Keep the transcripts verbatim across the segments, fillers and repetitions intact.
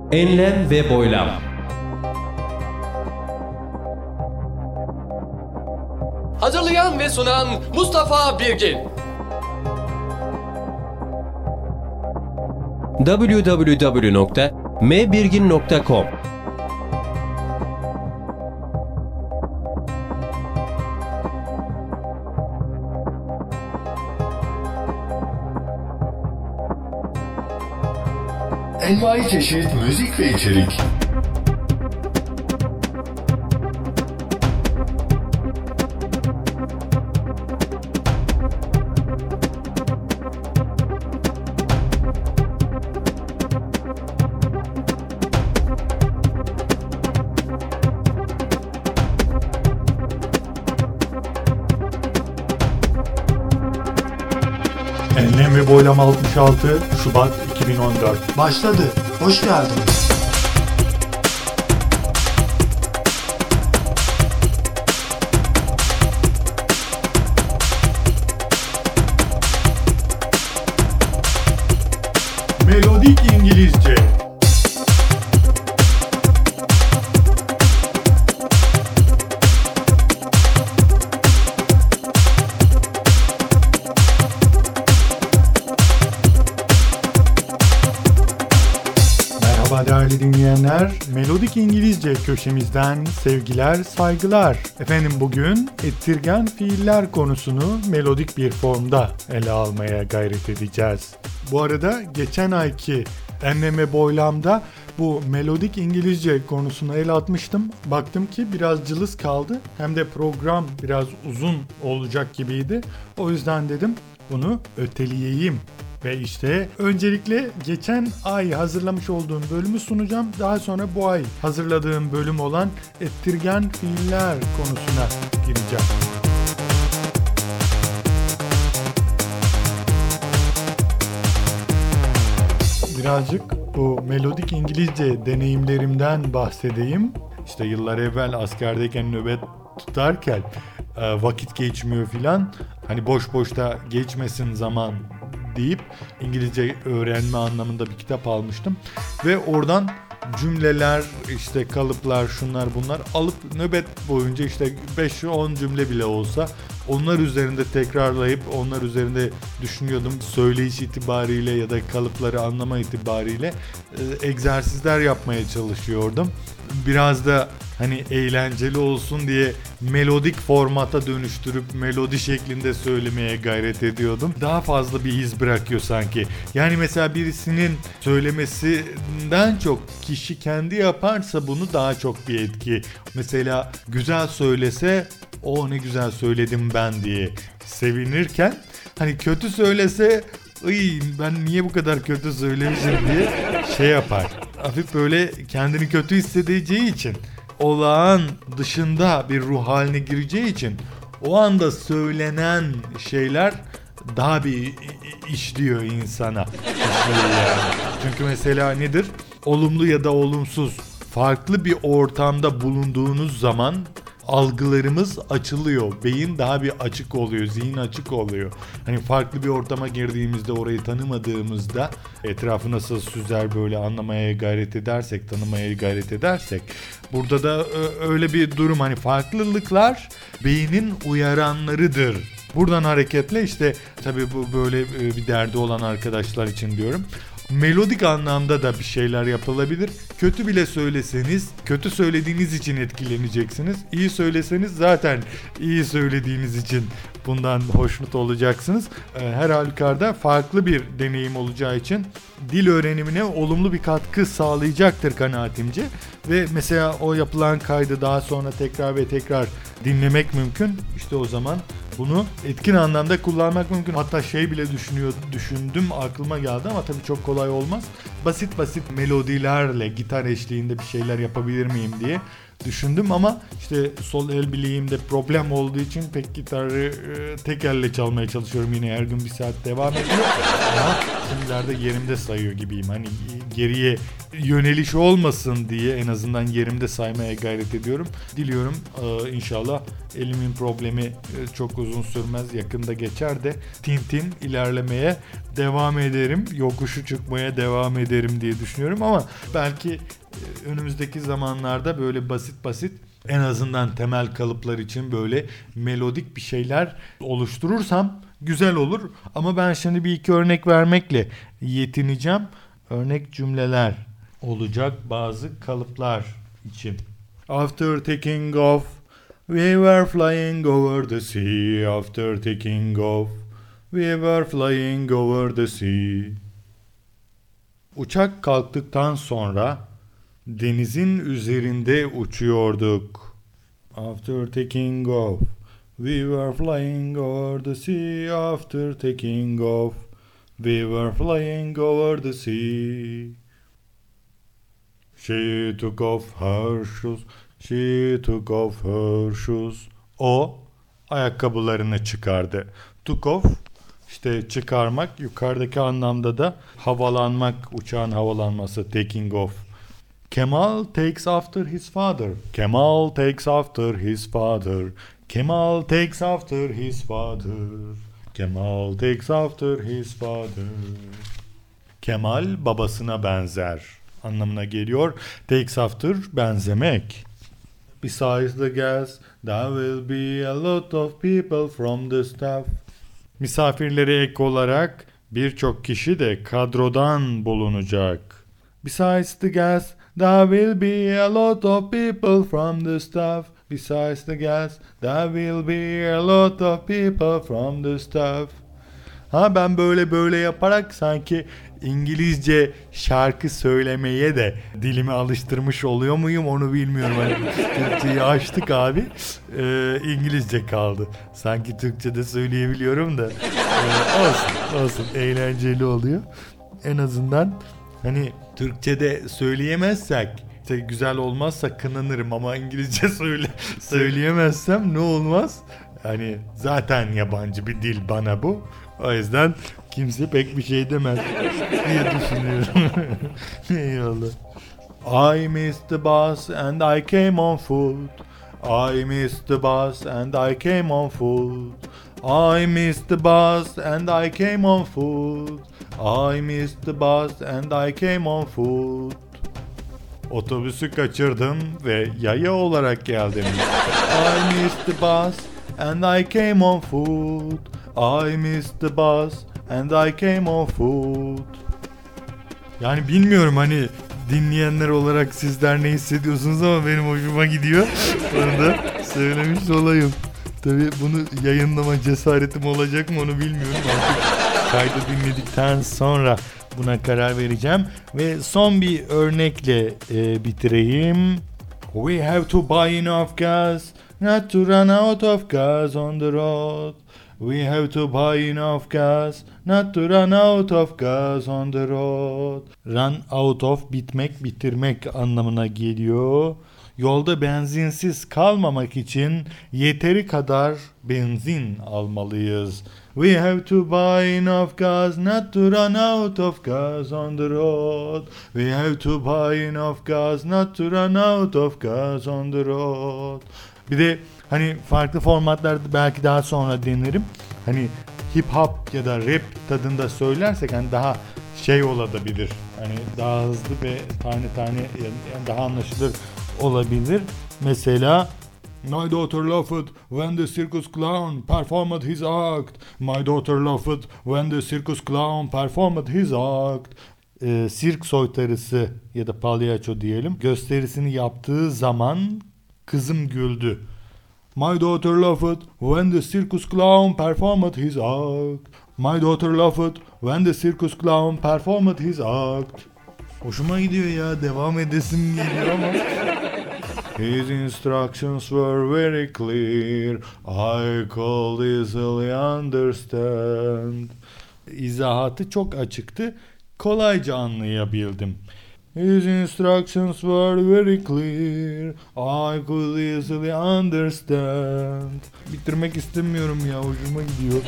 Enlem ve boylam. Hazırlayan ve sunan Mustafa Birgin. double-u double-u double-u nokta m birgin nokta com Envai çeşit müzik ve içerik. Enlem ve Boylam altmış altı Şubat iki bin on dört başladı. Hoş geldiniz. Melodik İngilizce. Merhaba değerli dinleyenler, Melodik İngilizce köşemizden sevgiler, saygılar. Efendim bugün ettirgen fiiller konusunu melodik bir formda ele almaya gayret edeceğiz. Bu arada geçen ayki Enlem ve Boylam'da bu melodik İngilizce konusunu ele atmıştım. Baktım ki biraz cılız kaldı, hem de program biraz uzun olacak gibiydi. O yüzden dedim bunu öteleyeyim. Ve işte öncelikle geçen ay hazırlamış olduğum bölümü sunacağım. Daha sonra bu ay hazırladığım bölüm olan ettirgen fiiller konusuna gireceğim. Birazcık bu melodik İngilizce deneyimlerimden bahsedeyim. İşte yıllar evvel askerdeyken nöbet tutarken vakit geçmiyor filan. Hani boş boş da geçmesin zaman deyip İngilizce öğrenme anlamında bir kitap almıştım. Ve oradan cümleler, işte kalıplar, şunlar bunlar alıp nöbet boyunca işte beş on cümle bile olsa onlar üzerinde tekrarlayıp onlar üzerinde düşünüyordum. Söyleyiş itibariyle ya da kalıpları anlama itibariyle e, egzersizler yapmaya çalışıyordum. Biraz da hani eğlenceli olsun diye melodik formata dönüştürüp melodi şeklinde söylemeye gayret ediyordum. Daha fazla bir iz bırakıyor sanki. Yani mesela birisinin söylemesinden çok kişi kendi yaparsa bunu daha çok bir etki. Mesela güzel söylese o ne güzel söyledim ben diye sevinirken hani kötü söylese Iy, ben niye bu kadar kötü söylemişim diye şey yapar. Hafif böyle kendini kötü hissedeceği için, olağan dışında bir ruh haline gireceği için o anda söylenen şeyler daha bir işliyor insana. İşliyor yani. Çünkü mesela nedir? Olumlu ya da olumsuz farklı bir ortamda bulunduğunuz zaman algılarımız açılıyor. Beyin daha bir açık oluyor. Zihin açık oluyor. Hani farklı bir ortama girdiğimizde, orayı tanımadığımızda etrafı nasıl süzer böyle anlamaya gayret edersek, tanımaya gayret edersek burada da öyle bir durum, hani farklılıklar beynin uyaranlarıdır. Buradan hareketle işte tabii bu böyle bir derdi olan arkadaşlar için diyorum. Melodik anlamda da bir şeyler yapılabilir. Kötü bile söyleseniz, kötü söylediğiniz için etkileneceksiniz. İyi söyleseniz zaten iyi söylediğiniz için bundan hoşnut olacaksınız. Her halükarda farklı bir deneyim olacağı için dil öğrenimine olumlu bir katkı sağlayacaktır kanaatimce. Ve mesela o yapılan kaydı daha sonra tekrar ve tekrar dinlemek mümkün. İşte o zaman bunu etkin anlamda kullanmak mümkün. Hatta şey bile düşünüyor, düşündüm aklıma geldi ama tabii çok kolay olmaz. Basit basit melodilerle gitar eşliğinde bir şeyler yapabilir miyim diye düşündüm ama işte sol el bileğimde problem olduğu için pek gitarı e, tek elle çalmaya çalışıyorum, yine her gün bir saat devam ediyor. Ama şimdilerde yerimde sayıyor gibiyim. Hani geriye yöneliş olmasın diye en azından yerimde saymaya gayret ediyorum. Diliyorum e, inşallah elimin problemi e, çok uzun sürmez, yakında geçer de tintin ilerlemeye devam ederim. Yokuşu çıkmaya devam ederim diye düşünüyorum ama belki e, önümüzdeki zamanlarda böyle basit basit en azından temel kalıplar için böyle melodik bir şeyler oluşturursam güzel olur. Ama ben şimdi bir iki örnek vermekle yetineceğim. Örnek cümleler olacak bazı kalıplar için. After taking off, we were flying over the sea. After taking off, we were flying over the sea. Uçak kalktıktan sonra denizin üzerinde uçuyorduk. After taking off, we were flying over the sea. After taking off, we were flying over the sea. She took off her shoes. She took off her shoes. O ayakkabılarını çıkardı. Took off işte çıkarmak, yukarıdaki anlamda da havalanmak, uçağın havalanması, taking off. Kemal takes after his father. Kemal takes after his father. Kemal takes after his father. Kemal takes after his father. Kemal babasına benzer anlamına geliyor. Takes after benzemek. Besides the guests, there will be a lot of people from the staff. Misafirlere ek olarak birçok kişi de kadrodan bulunacak. Besides the guests, there will be a lot of people from the staff. Besides the guests, there will be a lot of people from the staff. Ha ben böyle böyle yaparak sanki İngilizce şarkı söylemeye de dilimi alıştırmış oluyor muyum onu bilmiyorum. Hani Türkçeyi açtık abi, e, İngilizce kaldı. Sanki Türkçe'de söyleyebiliyorum da e, olsun olsun eğlenceli oluyor. En azından hani Türkçe'de söyleyemezsek, işte güzel olmazsa kınanırım ama İngilizce söyle söyleyemezsem ne olmaz? Hani zaten yabancı bir dil bana bu. O yüzden kimse pek bir şey demez diye düşünüyorum. Eyvallah. I missed the bus and I came on foot. I missed the bus and I came on foot. I missed the bus and I came on foot. I missed the bus and I came on foot. Otobüsü kaçırdım ve yaya olarak geldim. I missed the bus and I came on foot. I missed the bus and I came on foot. Yani bilmiyorum hani dinleyenler olarak sizler ne hissediyorsunuz ama benim hoşuma gidiyor. Onu da söylemiş olayım. Tabii bunu yayınlama cesaretim olacak mı onu bilmiyorum. Artık kaydı dinledikten sonra buna karar vereceğim. Ve son bir örnekle e, bitireyim. We have to buy enough gas not to run out of gas on the road. We have to buy enough gas not to run out of gas on the road. Run out of bitmek, bitirmek anlamına geliyor. Yolda benzinsiz kalmamak için yeteri kadar benzin almalıyız. We have to buy enough gas not to run out of gas on the road. We have to buy enough gas not to run out of gas on the road. Bir de hani farklı formatlarda belki daha sonra denerim. Hani hip hop ya da rap tadında söylersek hani daha şey olabilir. Hani daha hızlı ve tane tane yani daha anlaşılır olabilir. Mesela My daughter laughed when the circus clown performed his act. My daughter laughed when the circus clown performed his act. Ee, sirk soytarısı ya da palyaço diyelim gösterisini yaptığı zaman kızım güldü. My daughter laughed when the circus clown performed his act. My daughter laughed when the circus clown performed his act. Hoşuma gidiyor ya, devam edesim geliyor ama. His instructions were very clear. I could easily understand. İzahatı çok açıktı. Kolayca anlayabildim. His instructions were very clear. I could easily understand. Bitirmek istemiyorum ya, hoşuma gidiyor.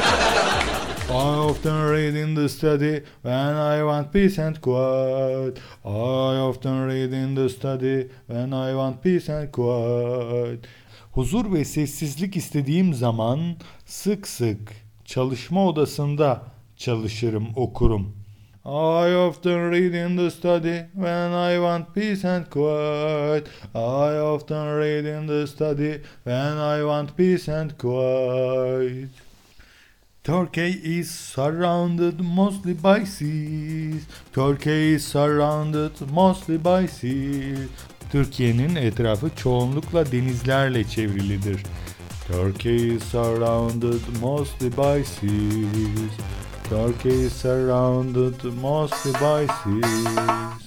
I often read in the study when I want peace and quiet. I often read in the study when I want peace and quiet. Huzur ve sessizlik istediğim zaman sık sık çalışma odasında çalışırım, okurum. I often read in the study when I want peace and quiet. I often read in the study when I want peace and quiet. Turkey is surrounded mostly by seas. Turkey is surrounded mostly by seas. Türkiye'nin etrafı çoğunlukla denizlerle çevrilidir. Turkey is surrounded mostly by seas. Turkey is surrounded mostly by seas.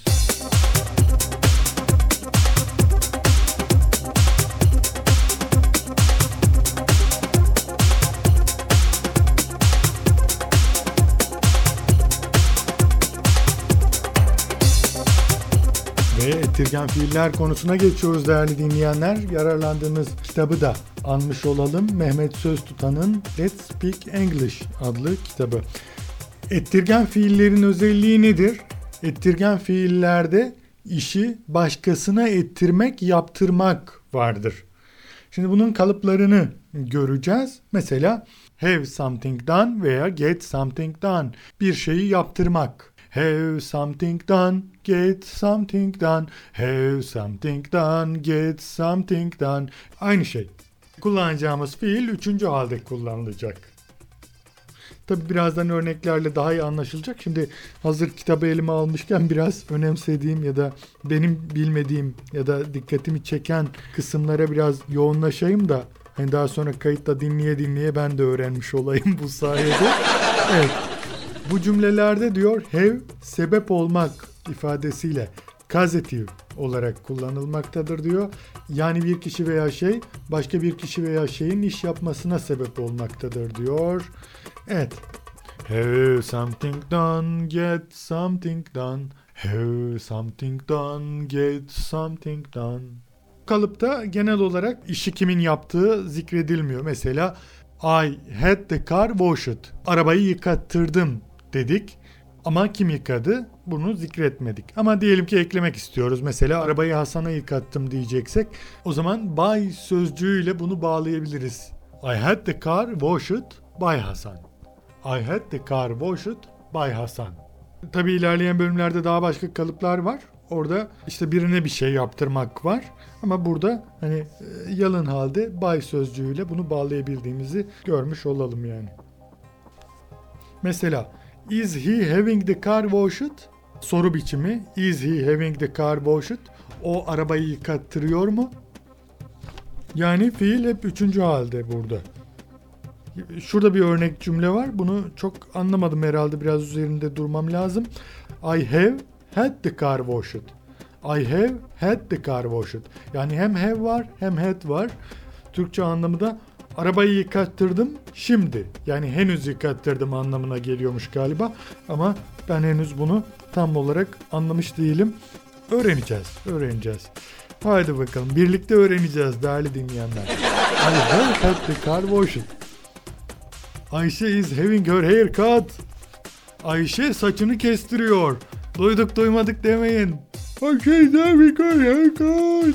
Ve ettirgen fiiller konusuna geçiyoruz değerli dinleyenler. Yararlandığımız kitabı da anmış olalım. Mehmet Söztutan'ın Let's Speak English adlı kitabı. Ettirgen fiillerin özelliği nedir? Ettirgen fiillerde işi başkasına ettirmek, yaptırmak vardır. Şimdi bunun kalıplarını göreceğiz. Mesela have something done veya get something done. Bir şeyi yaptırmak. Have something done, get something done. Have something done, get something done. Aynı şey. Kullanacağımız fiil üçüncü halde kullanılacak. Tabi birazdan örneklerle daha iyi anlaşılacak. Şimdi hazır kitabı elime almışken biraz önemsediğim ya da benim bilmediğim ya da dikkatimi çeken kısımlara biraz yoğunlaşayım da hani daha sonra kayıtta dinleye dinleye ben de öğrenmiş olayım bu sayede. Evet. Bu cümlelerde diyor have sebep olmak ifadesiyle causative olarak kullanılmaktadır diyor. Yani bir kişi veya şey başka bir kişi veya şeyin iş yapmasına sebep olmaktadır diyor. Evet. Have something done, get something done. Have something done, get something done. Kalıpta genel olarak işi kimin yaptığı zikredilmiyor. Mesela I had the car washed. Arabayı yıkattırdım dedik. Ama kim yıkadı? Bunu zikretmedik. Ama diyelim ki eklemek istiyoruz. Mesela arabayı Hasan'a yıkattım diyeceksek o zaman by sözcüğüyle bunu bağlayabiliriz. I had the car washed by Hasan. I had the car washed by Hasan. Tabii ilerleyen bölümlerde daha başka kalıplar var. Orada işte birine bir şey yaptırmak var. Ama burada hani yalın halde by sözcüğüyle bunu bağlayabildiğimizi görmüş olalım yani. Mesela is he having the car washed? Soru biçimi is he having the car washed? O arabayı yıkattırıyor mu? Yani fiil hep üçüncü halde burada. Şurada bir örnek cümle var. Bunu çok anlamadım herhalde. Biraz üzerinde durmam lazım. I have had the car washed. I have had the car washed. Yani hem have var hem had var. Türkçe anlamı da arabayı yıkattırdım şimdi. Yani henüz yıkattırdım anlamına geliyormuş galiba. Ama ben henüz bunu tam olarak anlamış değilim. Öğreneceğiz. Öğreneceğiz. Haydi bakalım. Birlikte öğreneceğiz değerli dinleyenler. I have had the car washed. Ayşe is having her hair cut. Ayşe saçını kestiriyor. Duyduk duymadık demeyin. Ayşe is having her hair cut.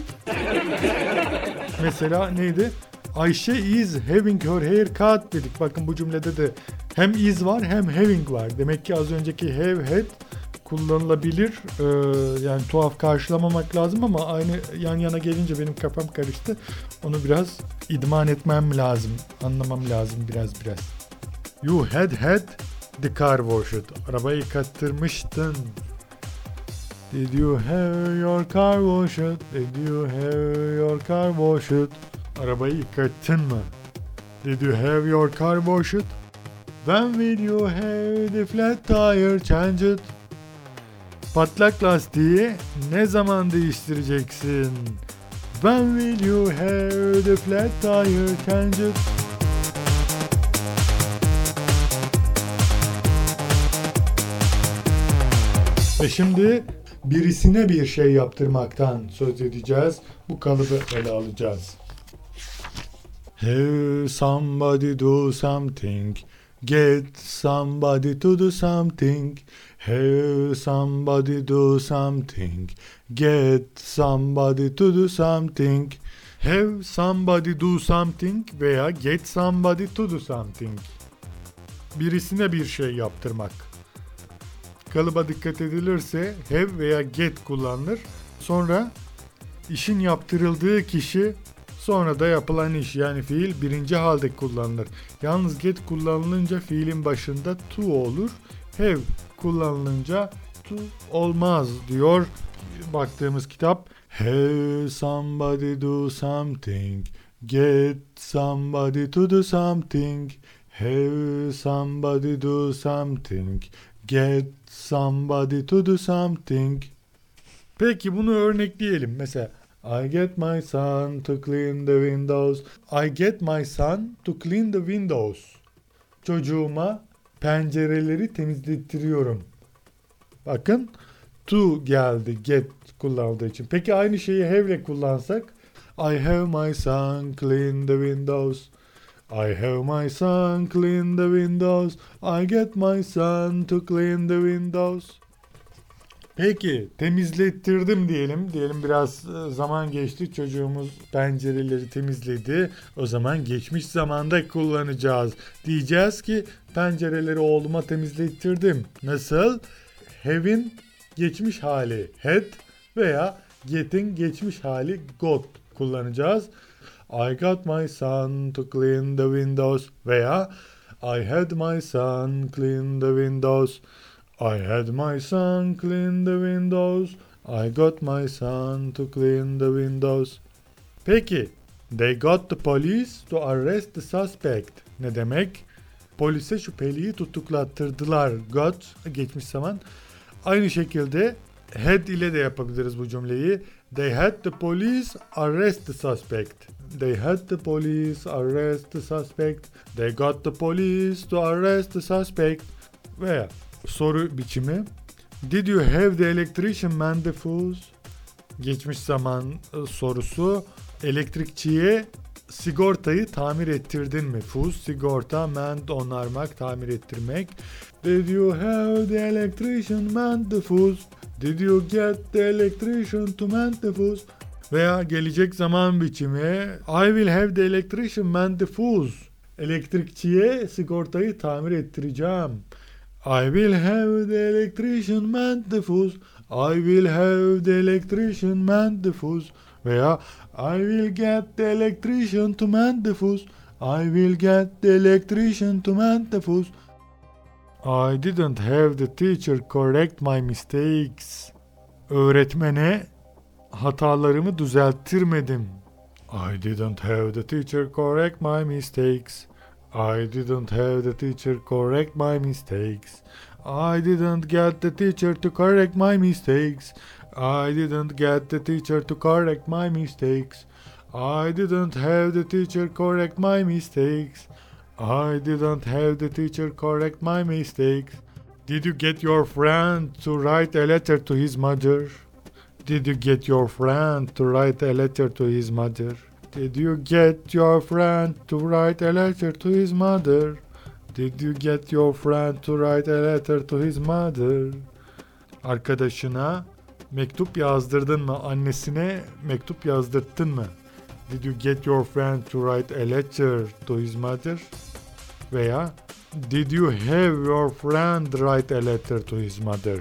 Mesela neydi? Ayşe is having her hair cut dedik. Bakın bu cümlede de hem is var hem having var. Demek ki az önceki have had kullanılabilir. Ee, yani tuhaf karşılamamak lazım ama aynı yan yana gelince benim kafam karıştı. Onu biraz idman etmem lazım. Anlamam lazım biraz biraz. You had had the car washed. Arabayı yıkattırmıştın. Did you have your car washed? Did you have your car washed? Arabayı yıkattın mı? Did you have your car washed? When will you have the flat tire changed? Patlak lastiği ne zaman değiştireceksin? When will you have the flat tire changed? Ve şimdi birisine bir şey yaptırmaktan söz edeceğiz. Bu kalıbı ele alacağız. Have somebody do something. Get somebody to do something. Have somebody do something. Get somebody to do something. Have somebody do something veya get somebody to do something. Birisine bir şey yaptırmak. Kalıba dikkat edilirse have veya get kullanılır. Sonra işin yaptırıldığı kişi, sonra da yapılan iş, yani fiil birinci halde kullanılır. Yalnız get kullanılınca fiilin başında to olur. Have kullanılınca to olmaz diyor baktığımız kitap. Have somebody do something. Get somebody to do something. Have somebody do something. Get somebody to do something. Peki bunu örnekleyelim. Mesela I get my son to clean the windows. I get my son to clean the windows. Çocuğuma pencereleri temizlettiriyorum. Bakın to geldi get kullanıldığı için. Peki aynı şeyi have ile kullansak? I have my son clean the windows. I have my son clean the windows. I get my son to clean the windows. Peki temizlettirdim diyelim. Diyelim biraz zaman geçti. Çocuğumuz pencereleri temizledi. O zaman geçmiş zamanda kullanacağız. Diyeceğiz ki pencereleri oğluma temizlettirdim. Nasıl? Have'in geçmiş hali had veya get'in geçmiş hali got kullanacağız. I got my son to clean the windows veya I had my son clean the windows. I had my son clean the windows. I got my son to clean the windows. Peki, they got the police to arrest the suspect. Ne demek? Polise şüpheliyi tutuklattırdılar. Got, geçmiş zaman. Aynı şekilde had ile de yapabiliriz bu cümleyi. They had the police arrest the suspect. They had the police arrest the suspect. They got the police to arrest the suspect. Veya soru biçimi. Did you have the electrician mend the fuse? Geçmiş zaman sorusu. Elektrikçiye sigortayı tamir ettirdin mi? Fuse sigorta, mend onarmak, tamir ettirmek. Did you have the electrician mend the fuse? Did you get the electrician to mend the fuse? Veya gelecek zaman biçimi. I will have the electrician mend the fuse. Elektrikçiye sigortayı tamir ettireceğim. I will have the electrician mend the fuse. I will have the electrician mend the fuse. Veya I will get the electrician to mend the fuse. I will get the electrician to mend the fuse. I didn't have the teacher correct my mistakes. Öğretmene hatalarımı düzelttirmedim. I didn't have the teacher correct my mistakes. I didn't have the teacher correct my mistakes. I didn't get the teacher to correct my mistakes. I didn't get the teacher to correct my mistakes. I didn't have the teacher correct my mistakes. I didn't have the teacher correct my mistakes. Did you get your friend to write a letter to his mother? Did you get your friend to write a letter to his mother? Did you get your friend to write a letter to his mother? Did you get your friend to write a letter to his mother? Arkadaşına mektup yazdırdın mı? Annesine mektup yazdırttın mı? Did you get your friend to write a letter to his mother? Veya did you have your friend write a letter to his mother?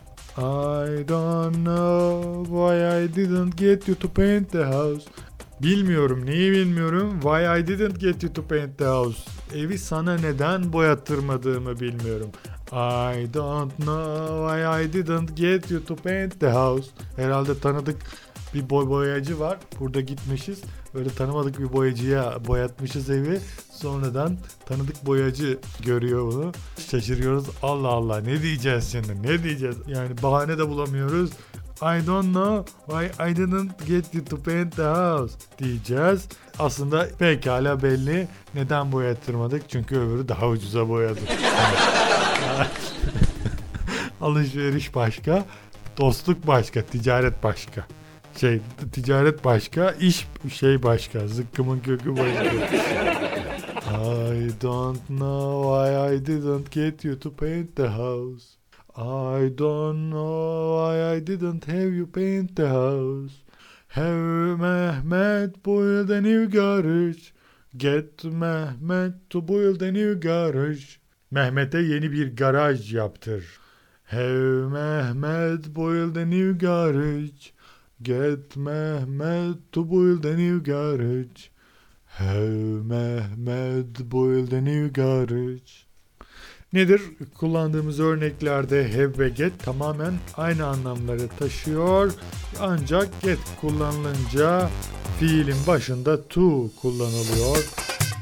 I don't know why I didn't get you to paint the house. Bilmiyorum, neyi bilmiyorum? Why I didn't get you to paint the house. Evi sana neden boyattırmadığımı bilmiyorum. I don't know why I didn't get you to paint the house. Herhalde tanıdık bir boy boyacı var. Burada gitmişiz. Böyle tanımadık bir boyacıya boyatmışız evi. Sonradan tanıdık boyacı görüyor bunu. Şaşırıyoruz. Allah Allah, ne diyeceğiz şimdi? Ne diyeceğiz? Yani bahane de bulamıyoruz. I don't know why I didn't get you to paint the house diyeceğiz. Aslında pekala belli. Neden boyattırmadık? Çünkü öbürü daha ucuza boyadı. Alışveriş başka. Dostluk başka, ticaret başka. Şey, ticaret başka, iş şey başka. Zıkkımın kökü başka. I don't know why I didn't get you to paint the house. I don't know why I didn't have you paint the house. Have Mehmet build a new garage. Get Mehmet to build a new garage. Mehmet'e yeni bir garaj yaptır. Have Mehmet build a new garage. Get Mehmet to build a new garage. Have Mehmet build a new garage. Nedir? Kullandığımız örneklerde have ve get tamamen aynı anlamları taşıyor. Ancak get kullanılınca fiilin başında to kullanılıyor.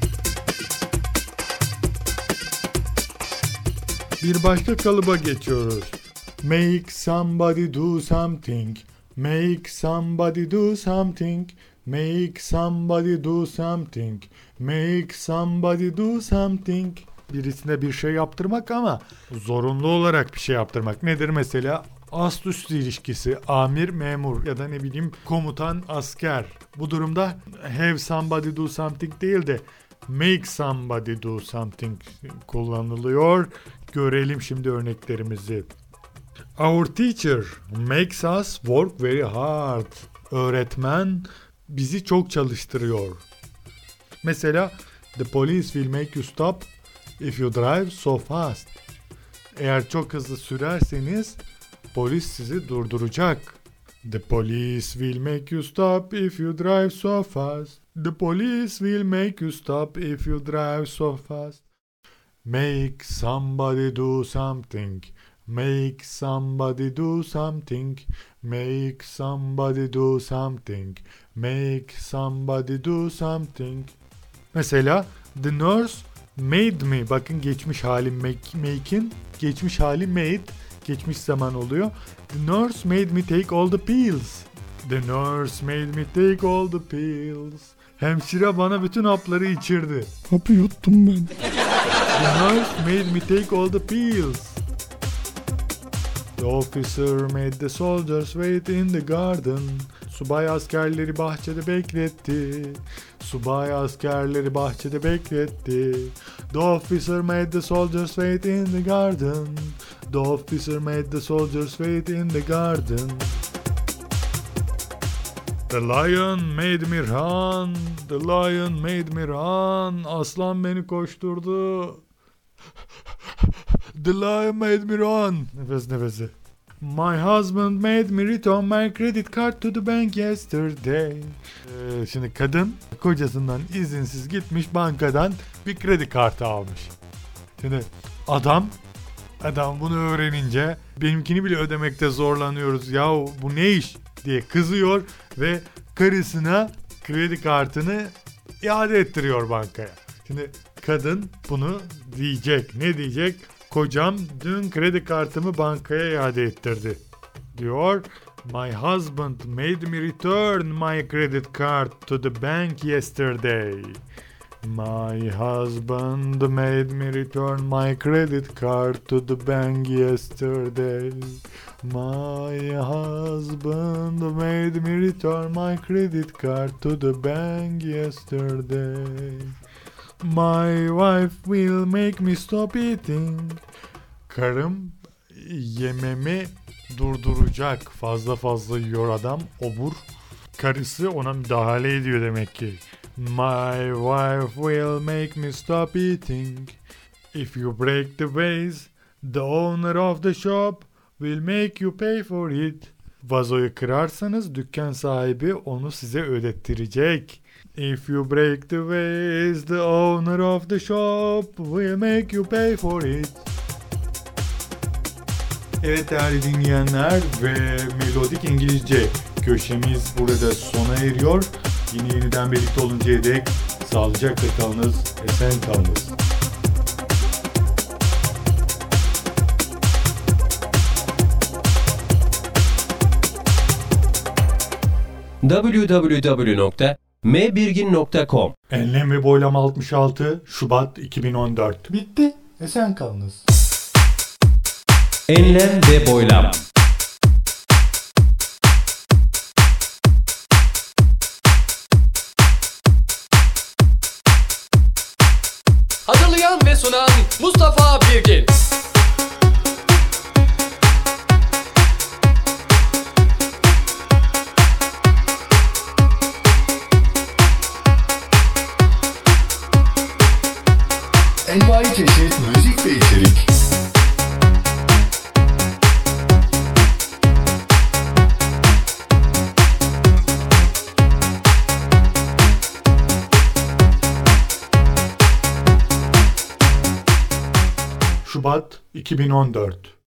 Bir başka kalıba geçiyoruz. Make somebody do something. Make somebody do something. Make somebody do something. Make somebody do something. Birisine bir şey yaptırmak ama zorunlu olarak bir şey yaptırmak. Nedir mesela? Ast üst ilişkisi, amir memur ya da ne bileyim komutan asker. Bu durumda have somebody do something değil de make somebody do something kullanılıyor. Görelim şimdi örneklerimizi. Our teacher makes us work very hard. Öğretmen bizi çok çalıştırıyor. Mesela the police will make you stop if you drive so fast. Eğer çok hızlı sürerseniz polis sizi durduracak. The police will make you stop if you drive so fast. The police will make you stop if you drive so fast. Make somebody do something. Make somebody do something. Make somebody do something. Make somebody do something. Mesela the nurse made me. Bakın geçmiş hali make, make'in. Geçmiş hali made. Geçmiş zaman oluyor. The nurse made me take all the pills. The nurse made me take all the pills. Hemşire bana bütün hapları içirdi. Hapı yuttum ben. The nurse made me take all the pills. The officer made the soldiers wait in the garden. Subay askerleri bahçede bekletti. Subay askerleri bahçede bekletti. The officer made the soldiers wait in the garden. The officer made the soldiers wait in the garden. The lion made me run. The lion made me run. Aslan beni koşturdu. The lion made me run. Nefes nefese. My husband made me return my credit card to the bank yesterday. Ee, şimdi kadın kocasından izinsiz gitmiş bankadan bir kredi kartı almış. Şimdi adam adam bunu öğrenince benimkini bile ödemekte zorlanıyoruz. Yahu bu ne iş diye kızıyor ve karısına kredi kartını iade ettiriyor bankaya. Şimdi kadın bunu diyecek. Ne diyecek? Kocam dün kredi kartımı bankaya iade ettirdi diyor. My husband made me return my credit card to the bank yesterday. My husband made me return my credit card to the bank yesterday. My husband made me return my credit card to the bank yesterday. My wife will make me stop eating. Karım yememi durduracak. Fazla fazla yiyor adam. Obur. Karısı ona müdahale ediyor demek ki. My wife will make me stop eating. If you break the vase, the owner of the shop will make you pay for it. Vazoyu kırarsanız dükkan sahibi onu size ödettirecek. If you break the vase, the owner of the shop will make you pay for it. Evet değerli dinleyenler ve Melodik İngilizce köşemiz burada sona eriyor. Yine yeniden birlikte oluncaya dek sağlıcakla kalınız, esen kalınız. double-u double-u double-u nokta m birgin nokta com Enlem ve boylam altmış altı Şubat iki bin on dört. Bitti. Esen kalınız. Enlem ve boylam. Hazırlayan ve sunan Mustafa Birgin. Envai çeşit müzik ve içerik. Şubat iki bin on dört